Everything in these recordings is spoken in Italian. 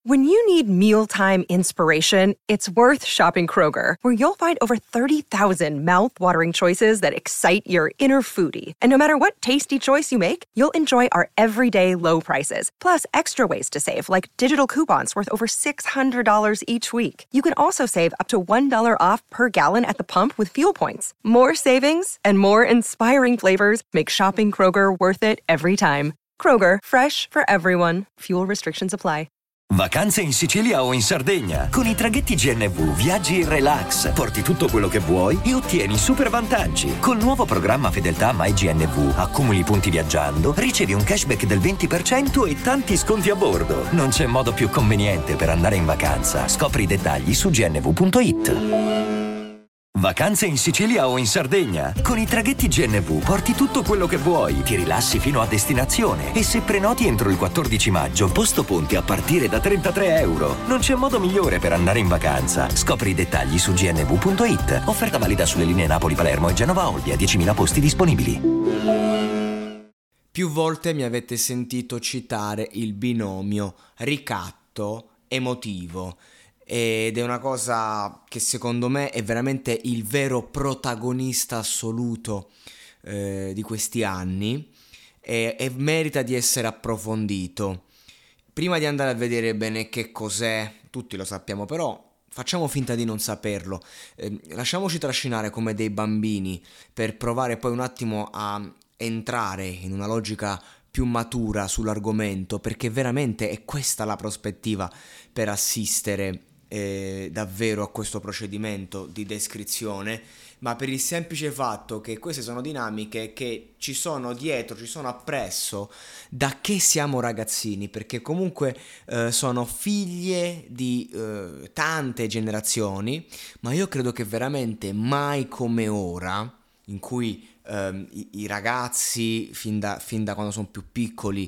When you need mealtime inspiration, it's worth shopping Kroger, where you'll find over 30,000 mouth-watering choices that excite your inner foodie. And no matter what tasty choice you make, you'll enjoy our everyday low prices, plus extra ways to save, like digital coupons worth over $600 each week. You can also save up to $1 off per gallon at the pump with fuel points. More savings and more inspiring flavors make shopping Kroger worth it every time. Kroger, fresh for everyone. Fuel restrictions apply. Vacanze in Sicilia o in Sardegna. Con i traghetti GNV viaggi in relax, porti tutto quello che vuoi e ottieni super vantaggi. Col nuovo programma Fedeltà MyGNV accumuli punti viaggiando, ricevi un cashback del 20% e tanti sconti a bordo. Non c'è modo più conveniente per andare in vacanza. Scopri i dettagli su gnv.it. Vacanze in Sicilia o in Sardegna. Con i traghetti GNV porti tutto quello che vuoi, ti rilassi fino a destinazione e se prenoti entro il 14 maggio, posto ponti a partire da €33. Non c'è modo migliore per andare in vacanza. Scopri i dettagli su gnv.it. Offerta valida sulle linee Napoli-Palermo e Genova-Olbia, 10.000 posti disponibili. Più volte mi avete sentito citare il binomio ricatto emotivo. Ed è una cosa che secondo me è veramente il vero protagonista assoluto di questi anni e merita di essere approfondito. Prima di andare a vedere bene che cos'è, tutti lo sappiamo, però facciamo finta di non saperlo, lasciamoci trascinare come dei bambini per provare poi un attimo a entrare in una logica più matura sull'argomento, perché veramente è questa la prospettiva per assistere davvero a questo procedimento di descrizione, ma per il semplice fatto che queste sono dinamiche che ci sono dietro, ci sono appresso da che siamo ragazzini, perché comunque sono figlie di tante generazioni, ma io credo che veramente mai come ora, in cui i ragazzi fin da quando sono più piccoli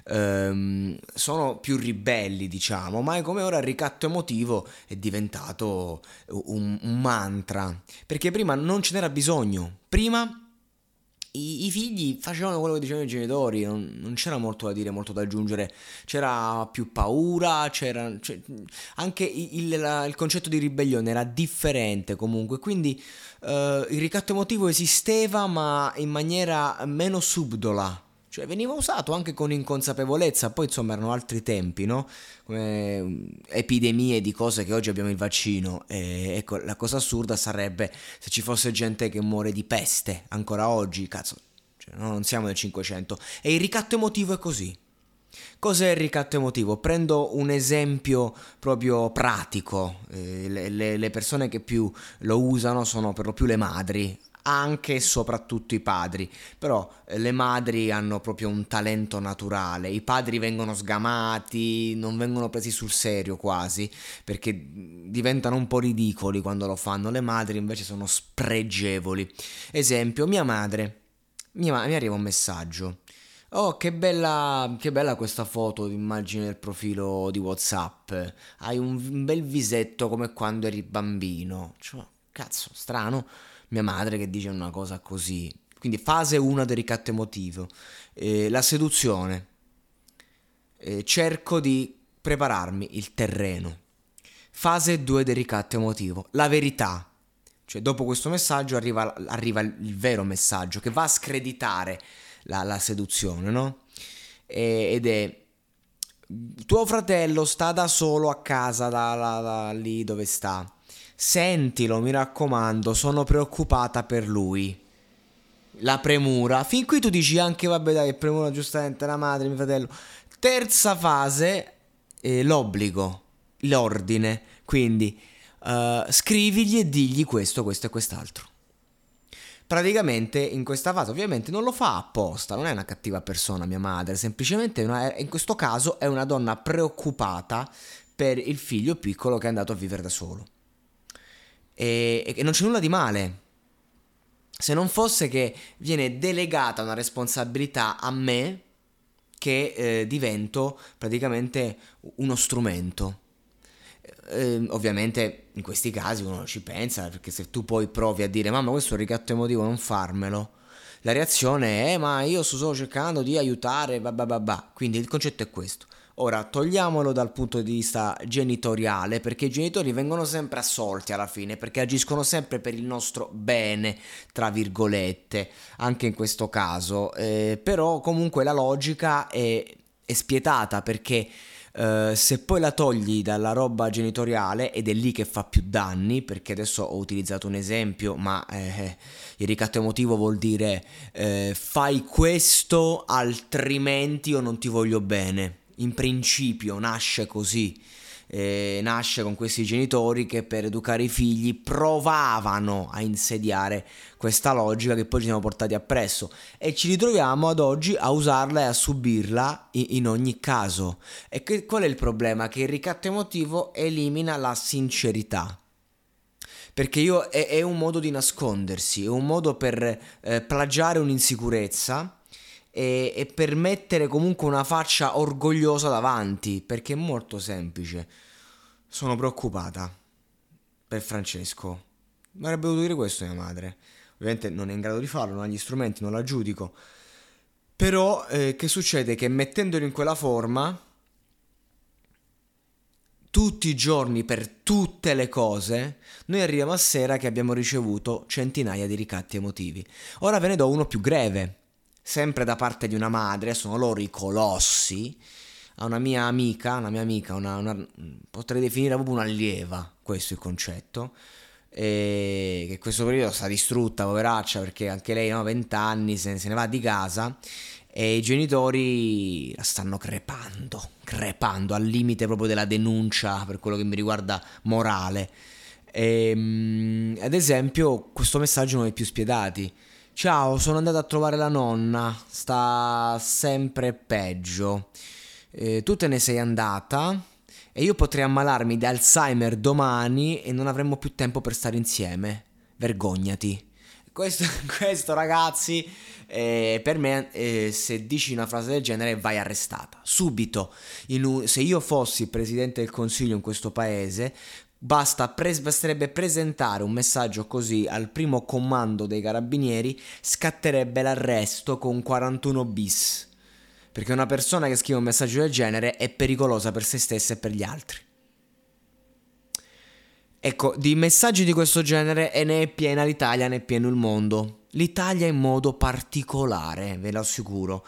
sono più ribelli, diciamo, mai come ora il ricatto emotivo è diventato un mantra, perché prima non ce n'era bisogno. Prima i figli facevano quello che dicevano i genitori, non c'era molto da dire, molto da aggiungere, c'era più paura, anche il concetto di ribellione era differente comunque, quindi il ricatto emotivo esisteva ma in maniera meno subdola, cioè veniva usato anche con inconsapevolezza, poi insomma erano altri tempi, no? Come epidemie di cose che oggi abbiamo il vaccino, e ecco, la cosa assurda sarebbe se ci fosse gente che muore di peste ancora oggi, cazzo, cioè, no, non siamo nel 500, e il ricatto emotivo è così. Cos'è il ricatto emotivo? Prendo un esempio proprio pratico, le persone che più lo usano sono per lo più le madri, anche e soprattutto i padri, però le madri hanno proprio un talento naturale, i padri vengono sgamati, non vengono presi sul serio quasi, perché diventano un po' ridicoli quando lo fanno, le madri invece sono spregevoli. Esempio, mia madre, mi arriva un messaggio: oh, che bella questa foto, immagine del profilo di WhatsApp, hai un bel visetto come quando eri bambino. Cioè, cazzo, strano, mia madre che dice una cosa così. Quindi fase 1 del ricatto emotivo, la seduzione, cerco di prepararmi il terreno. Fase 2 del ricatto emotivo, la verità, cioè dopo questo messaggio arriva il vero messaggio che va a screditare la seduzione, no? Ed è: tuo fratello sta da solo a casa, da lì dove sta, sentilo, mi raccomando, sono preoccupata per lui. La premura, fin qui tu dici anche vabbè dai, premura, giustamente la madre, mio fratello. Terza fase, l'obbligo, l'ordine, quindi scrivigli e digli questo e quest'altro. Praticamente in questa fase ovviamente non lo fa apposta, non è una cattiva persona mia madre, semplicemente in questo caso è una donna preoccupata per il figlio piccolo che è andato a vivere da solo. E non c'è nulla di male, se non fosse che viene delegata una responsabilità a me che divento praticamente uno strumento. Ovviamente in questi casi uno ci pensa, perché se tu poi provi a dire mamma questo è un ricatto emotivo, non farmelo, la reazione è ma io sto solo cercando di aiutare, quindi il concetto è questo: Ora, togliamolo dal punto di vista genitoriale, perché i genitori vengono sempre assolti alla fine, perché agiscono sempre per il nostro bene, tra virgolette, anche in questo caso. Però comunque la logica è spietata, perché se poi la togli dalla roba genitoriale, ed è lì che fa più danni, perché adesso ho utilizzato un esempio, ma il ricatto emotivo vuol dire fai questo altrimenti io non ti voglio bene. In principio nasce così, nasce con questi genitori che per educare i figli provavano a insediare questa logica che poi ci siamo portati appresso, e ci ritroviamo ad oggi a usarla e a subirla in ogni caso. E qual è il problema? Che il ricatto emotivo elimina la sincerità. Perché è un modo di nascondersi, è un modo per plagiare un'insicurezza e per mettere comunque una faccia orgogliosa davanti, perché è molto semplice. Sono preoccupata per Francesco. Mi avrebbe dovuto dire questo mia madre. Ovviamente non è in grado di farlo, non ha gli strumenti, non la giudico. Però che succede? Che mettendolo in quella forma, tutti i giorni, per tutte le cose, noi arriviamo a sera che abbiamo ricevuto centinaia di ricatti emotivi. Ora ve ne do uno più greve, sempre da parte di una madre, sono loro i colossi, a una mia amica, potrei definire proprio un'allieva, questo è il concetto, e che in questo periodo sta distrutta, poveraccia, perché anche lei ha 20 anni, se ne va di casa, e i genitori la stanno crepando, al limite proprio della denuncia per quello che mi riguarda morale. Ad esempio, questo messaggio è uno dei più spietati. Ciao, sono andato a trovare la nonna, sta sempre peggio. Tu te ne sei andata e io potrei ammalarmi di Alzheimer domani e non avremmo più tempo per stare insieme. Vergognati. Questo ragazzi, per me, se dici una frase del genere vai arrestata subito. Se io fossi presidente del consiglio in questo paese, basterebbe presentare un messaggio così al primo comando dei carabinieri, scatterebbe l'arresto con 41 bis, perché una persona che scrive un messaggio del genere è pericolosa per se stessa e per gli altri. Ecco, di messaggi di questo genere ne è piena l'Italia, ne è pieno il mondo. L'Italia in modo particolare, ve lo assicuro.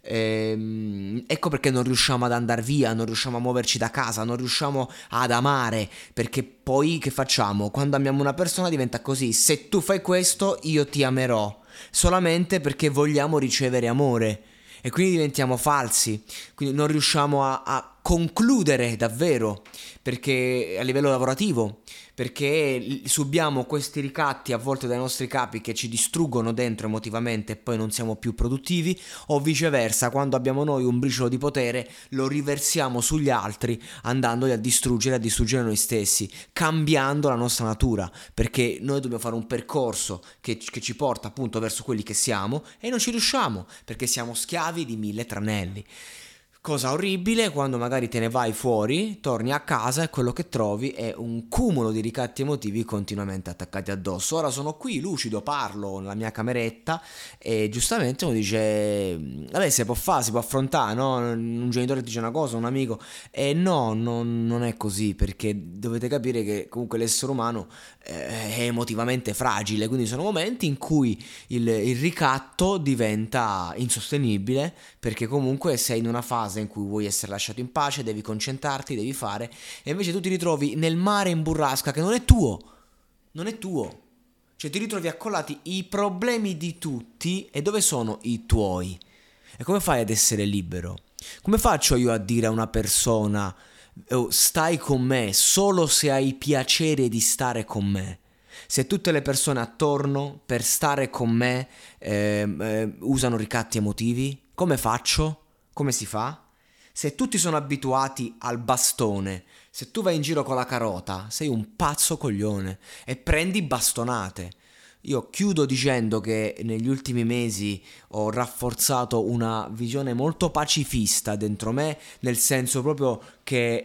Ecco perché non riusciamo ad andare via, non riusciamo a muoverci da casa, non riusciamo ad amare, perché poi che facciamo? Quando amiamo una persona diventa così: se tu fai questo io ti amerò, solamente perché vogliamo ricevere amore, e quindi diventiamo falsi, quindi non riusciamo a concludere davvero, perché a livello lavorativo, perché subiamo questi ricatti a volte dai nostri capi che ci distruggono dentro emotivamente e poi non siamo più produttivi, o viceversa, quando abbiamo noi un briciolo di potere lo riversiamo sugli altri andandoli a distruggere noi stessi, cambiando la nostra natura, perché noi dobbiamo fare un percorso che ci porta appunto verso quelli che siamo e non ci riusciamo perché siamo schiavi di 1000 tranelli. Cosa orribile quando magari te ne vai fuori, torni a casa e quello che trovi è un cumulo di ricatti emotivi continuamente attaccati addosso. Ora sono qui, lucido, parlo nella mia cameretta e giustamente uno dice: vabbè, si può affrontare, no? Un genitore dice una cosa, un amico, e no, non è così, perché dovete capire che comunque l'essere umano è emotivamente fragile, quindi sono momenti in cui il ricatto diventa insostenibile, perché comunque sei in una fase in cui vuoi essere lasciato in pace, devi concentrarti, devi fare, e invece tu ti ritrovi nel mare in burrasca che non è tuo, cioè ti ritrovi accollati i problemi di tutti, e dove sono i tuoi? E come fai ad essere libero? Come faccio io a dire a una persona: oh, stai con me solo se hai piacere di stare con me? Se tutte le persone attorno per stare con me usano ricatti emotivi, come faccio? Come si fa? Se tutti sono abituati al bastone, se tu vai in giro con la carota, sei un pazzo coglione e prendi bastonate. Io chiudo dicendo che negli ultimi mesi ho rafforzato una visione molto pacifista dentro me, nel senso proprio che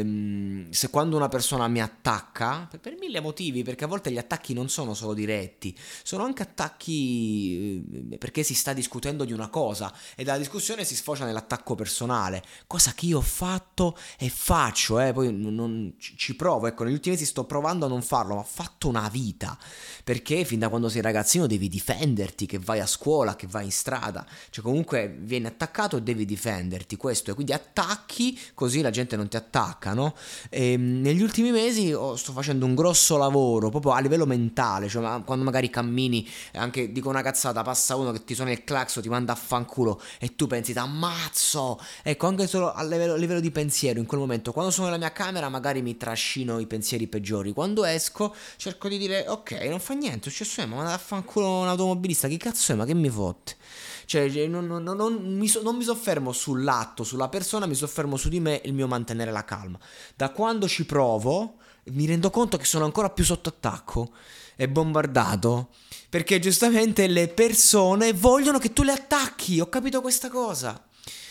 se quando una persona mi attacca, per mille motivi, perché a volte gli attacchi non sono solo diretti, sono anche attacchi perché si sta discutendo di una cosa e dalla discussione si sfocia nell'attacco personale, cosa che io ho fatto e faccio, poi ci provo, ecco, negli ultimi mesi sto provando a non farlo, ma ho fatto una vita, perché fin da quando sei ragazzino devi difenderti, che vai a scuola, che vai in strada, cioè comunque vieni attaccato e devi difenderti, questo, e quindi attacchi così la gente non ti attacca, no? E negli ultimi mesi sto facendo un grosso lavoro proprio a livello mentale, cioè quando magari cammini, anche dico una cazzata, passa uno che ti suona il clacson, ti manda a fanculo e tu pensi t'ammazzo, ecco, anche solo a livello di pensiero in quel momento, quando sono nella mia camera magari mi trascino i pensieri peggiori, quando esco cerco di dire ok, non fa niente, è successo, ma manda a fanculo un automobilista, che cazzo è, ma che mi fotte? Cioè non mi soffermo sull'atto, sulla persona, mi soffermo su di me, il mio mantenere la calma. Da quando ci provo mi rendo conto che sono ancora più sotto attacco e bombardato, perché giustamente le persone vogliono che tu le attacchi, ho capito questa cosa.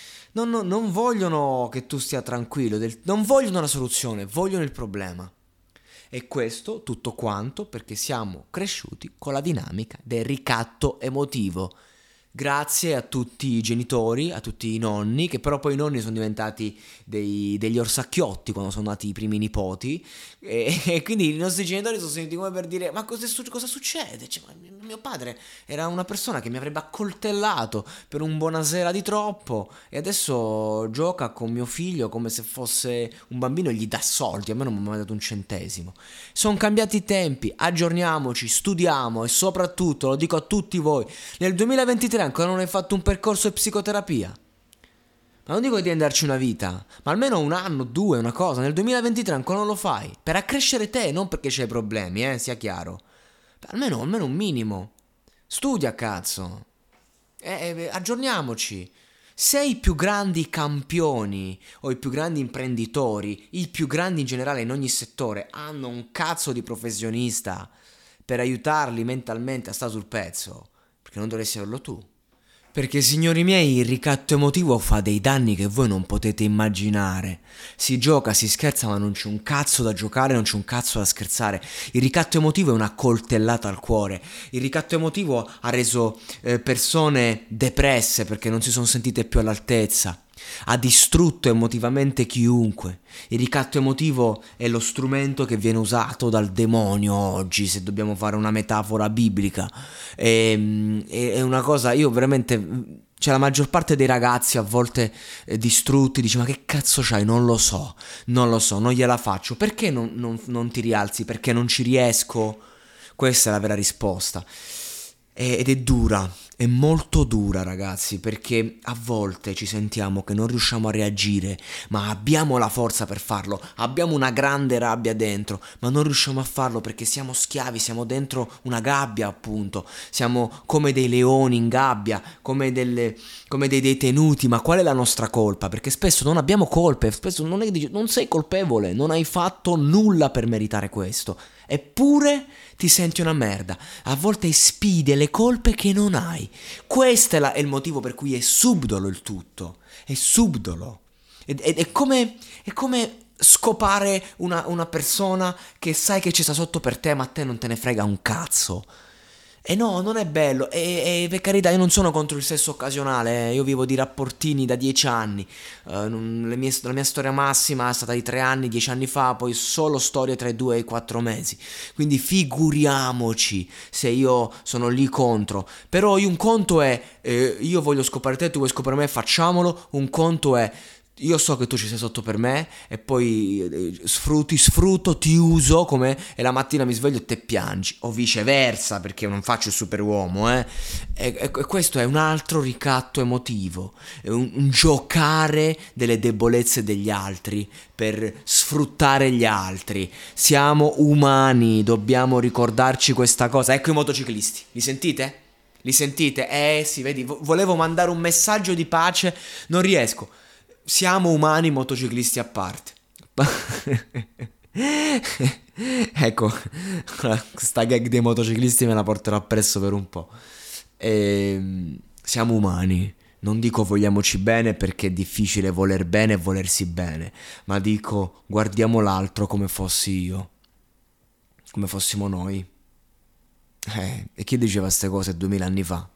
Non vogliono che tu stia tranquillo, non vogliono la soluzione, vogliono il problema. E questo tutto quanto perché siamo cresciuti con la dinamica del ricatto emotivo. Grazie a tutti i genitori, a tutti i nonni, che però poi i nonni sono diventati degli orsacchiotti quando sono nati i primi nipoti, e quindi i nostri genitori sono sentiti come per dire ma cosa succede? Cioè, mio padre era una persona che mi avrebbe accoltellato per un buonasera di troppo e adesso gioca con mio figlio come se fosse un bambino e gli dà soldi, a me non mi ha mai dato un centesimo. Sono cambiati i tempi, aggiorniamoci, studiamo e soprattutto, lo dico a tutti voi, nel 2023 ancora non hai fatto un percorso di psicoterapia. Ma non dico di andarci una vita, ma almeno un anno, due, una cosa. Nel 2023 ancora non lo fai. Per accrescere te, non perché c'hai problemi, sia chiaro. Almeno un minimo. Studia, cazzo. Aggiorniamoci. Se i più grandi campioni o i più grandi imprenditori, i più grandi in generale in ogni settore, hanno un cazzo di professionista per aiutarli mentalmente a stare sul pezzo, perché non dovresti averlo tu? Perché, signori miei, il ricatto emotivo fa dei danni che voi non potete immaginare. Si gioca, si scherza, ma non c'è un cazzo da giocare, non c'è un cazzo da scherzare. Il ricatto emotivo è una coltellata al cuore. Il ricatto emotivo ha reso persone depresse perché non si sono sentite più all'altezza. Ha distrutto emotivamente chiunque. Il ricatto emotivo è lo strumento che viene usato dal demonio oggi, se dobbiamo fare una metafora biblica. È una cosa, io veramente, cioè la maggior parte dei ragazzi a volte distrutti dice ma che cazzo c'hai? Non lo so, non gliela faccio. Perché non ti rialzi? Perché non ci riesco? Questa è la vera risposta. Ed è dura, è molto dura, ragazzi, perché a volte ci sentiamo che non riusciamo a reagire, ma abbiamo la forza per farlo, abbiamo una grande rabbia dentro, ma non riusciamo a farlo perché siamo schiavi, siamo dentro una gabbia, appunto, siamo come dei leoni in gabbia, come dei detenuti. Ma qual è la nostra colpa? Perché spesso non abbiamo colpe, spesso non sei colpevole, non hai fatto nulla per meritare questo, eppure ti senti una merda, a volte spidi le colpe che non hai. Questo è il motivo per cui è subdolo il tutto, è subdolo. È come scopare una persona che sai che ci sta sotto per te, ma a te non te ne frega un cazzo. E no, non è bello, e per carità io non sono contro il sesso occasionale, io vivo di rapportini da 10 anni, la mia storia massima è stata di 3 anni, 10 anni fa, poi solo storie tra i 2 e i 4 mesi, quindi figuriamoci se io sono lì contro. Però un conto è, io voglio scopare te, tu vuoi scopare me, facciamolo. Un conto è, io so che tu ci sei sotto per me e poi sfrutto, ti uso come, e la mattina mi sveglio e te piangi, o viceversa, perché non faccio il superuomo, e questo è un altro ricatto emotivo, è un giocare delle debolezze degli altri per sfruttare gli altri. Siamo umani, dobbiamo ricordarci questa cosa. Ecco i motociclisti, li sentite? Li sentite? Sì, vedi, volevo mandare un messaggio di pace, non riesco. Siamo umani, motociclisti a parte. Ecco, sta gag dei motociclisti me la porterò appresso per un po'. Siamo umani. Non dico vogliamoci bene perché è difficile voler bene e volersi bene, ma dico guardiamo l'altro come fossi io, come fossimo noi. E chi diceva queste cose 2000 anni fa?